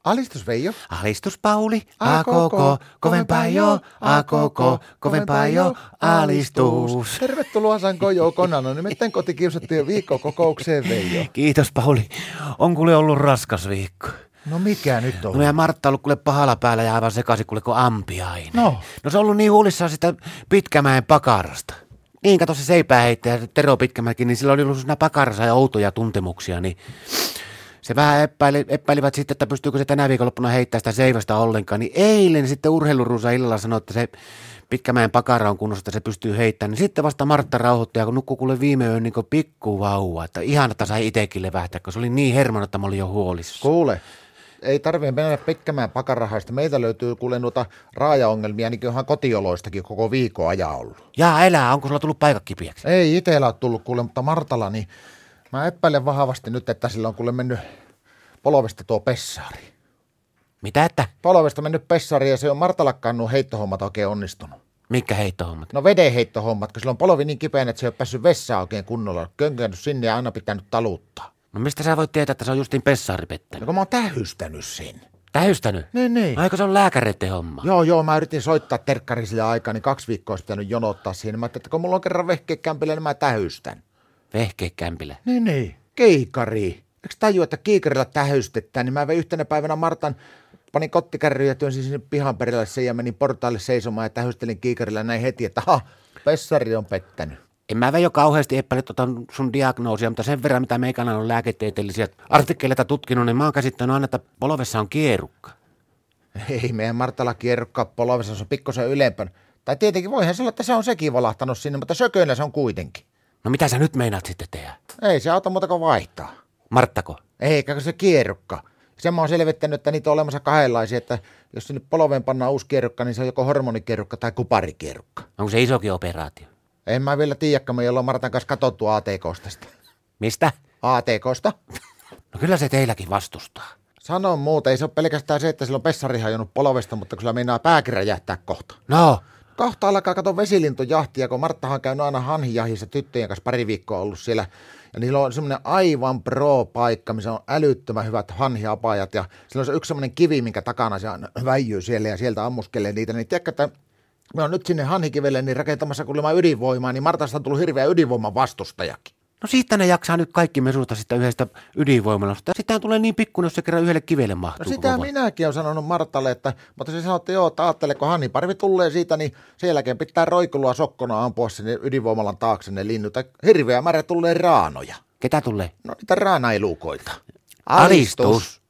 Alistus Veijo. Alistus Pauli, a koko, kovempaa jo, a koko, kovempaa jo, alistus. Tervetuloa Sanko Joukona, no nimittäin kotikiusattujen viikkokokoukseen Veijo. Kiitos Pauli, on kuule ollut raskas viikko. No mikä nyt on? No ja Martta on ollut kuule pahalla päällä ja aivan sekaisin kuule kuin ampiainen. No se on ollut niin huolissaan sitä Pitkämäen pakarasta. Niin kato se seipääheittäjä Tero Pitkämäki, niin sillä oli ollut siinä pakarassa ja outoja tuntemuksia, niin se vähän epäilivät sitten, että pystyykö se tänä viikonloppuna heittämään sitä seivästä ollenkaan. Niin eilen sitten urheiluruusa illalla sanoi, että se Pitkämäen pakara on kunnossa, että se pystyy heittämään. Niin sitten vasta Martta rauhoitti, ja kun nukkui kuule viime yön niin kuin pikkuvauva. Että ihan, että sai itsekin levähtää, kun se oli niin hermona, että mä olin jo huolissa. kuule, ei tarvitse mennä Pitkämäen pakarahaista. Meiltä löytyy kuule noita raajaongelmia, niin ihan kotioloistakin koko viikon ajan ollut. Jaa elää, onko sulla tullut paikat kipiäksi? Ei itsellä ole tullut kuule, mutta Martalla, niin mä epäilen vahvasti nyt, että sillä on kuule mennyt polvesta tuo pessari. Mitä että? Polvesta mennyt pessari ja se on Martalakkaan nuo heittohommat oikein onnistunut. Mitkä heittohommat? No vedenheittohommat, kun sillä on polvi niin kipeänä, että se ei ole päässyt vessaan oikein kunnolla. Könkäännyt sinne ja aina pitänyt taluttaa. No mistä sä voit tietää, että se on justiin pessari No pettänyt? kun mä oon tähystänyt sen. Tähystänyt? Niin. Aiko se on lääkäreiden homma? Joo, mä yritin soittaa terkkari sillä aikaa, niin 2 viikkoa olisi pitänyt jonottaa siihen. Mä ajattelin, että kun mulla on kerran vehkeekämpillä, niin mä tähystän. Vehkeekämpillä. Niin. Kiikari. Eikö tajua, että kiikarilla tähystetään, niin mä vein yhtenä päivänä Martan, panin kottikärryyn ja työnsin sinne pihan perälle sen ja menin portaalle seisomaan ja tähystelin kiikarilla näin heti, että pessari on pettänyt. En mä jo kauheasti epäile sun diagnoosia, mutta sen verran, mitä meikänä on lääketieteellisiä artikkeleita tutkinut, niin mä oon käsittänyt aina, että polvessa on kierukka. Ei meidän Martalla kierrukkaa polvessa, se on pikkusen ylempänä. Tai tietenkin voihan sanoa, että se on sekin valahtanut sinne, mutta sököillä se on kuitenkin. No mitä sä nyt meinaat sitten tehdä? Ei se auta muuta kuin vaihtaa. Marttako? Eikä se kierrukka. Sen mä oon selvittänyt, että niitä on olemassa kahdenlaisia, että jos sinne polveen pannaan uusi kierrukka, niin se on joko hormonikierrukka tai kuparikierrukka. Onko se isokin operaatio? En mä vielä tiedäkään, me ollaan Martan kanssa katsottu ATKsta sitä. Mistä? ATKsta? No kyllä se teilläkin vastustaa. Sanon muuta, ei se ole pelkästään se, että sillä on pessari hajonnut polvesta, mutta kun sillä meinaa pääkin räjähtää kohta. No, Kohta alkaa kato vesilintojahtia, kun Marttahan on käynyt aina hanhijahissa tyttöjen kanssa 2 viikkoa ollut siellä. Ja niillä on semmoinen aivan pro-paikka, missä on älyttömän hyvät hanhiapajat. Ja sillä on se yksi semmoinen kivi, minkä takana se väijyy siellä ja sieltä ammuskelee niitä. Niin tiedätkö, että me on nyt sinne hanhikivelle niin rakentamassa kuulemma ydinvoimaa, niin Martasta on tullut hirveä ydinvoiman vastustajakin. no siitä ne jaksaa nyt kaikki mesusta sitä yhdestä ydinvoimalasta. Sitten tulee niin pikkuinen, jos se kerran yhdelle kivelle mahtuu. No sitä minäkin olen sanonut Martalle, mutta se sanoo, että joo, että ajattele, kun hanhiparvi tulee siitä, niin sen jälkeen pitää roikulua sokkona ampua sinne ydinvoimalan taakse ne linnut. Hirveä määrä tulee raanoja. Ketä tulee? No niitä raanailukoita. Alistus.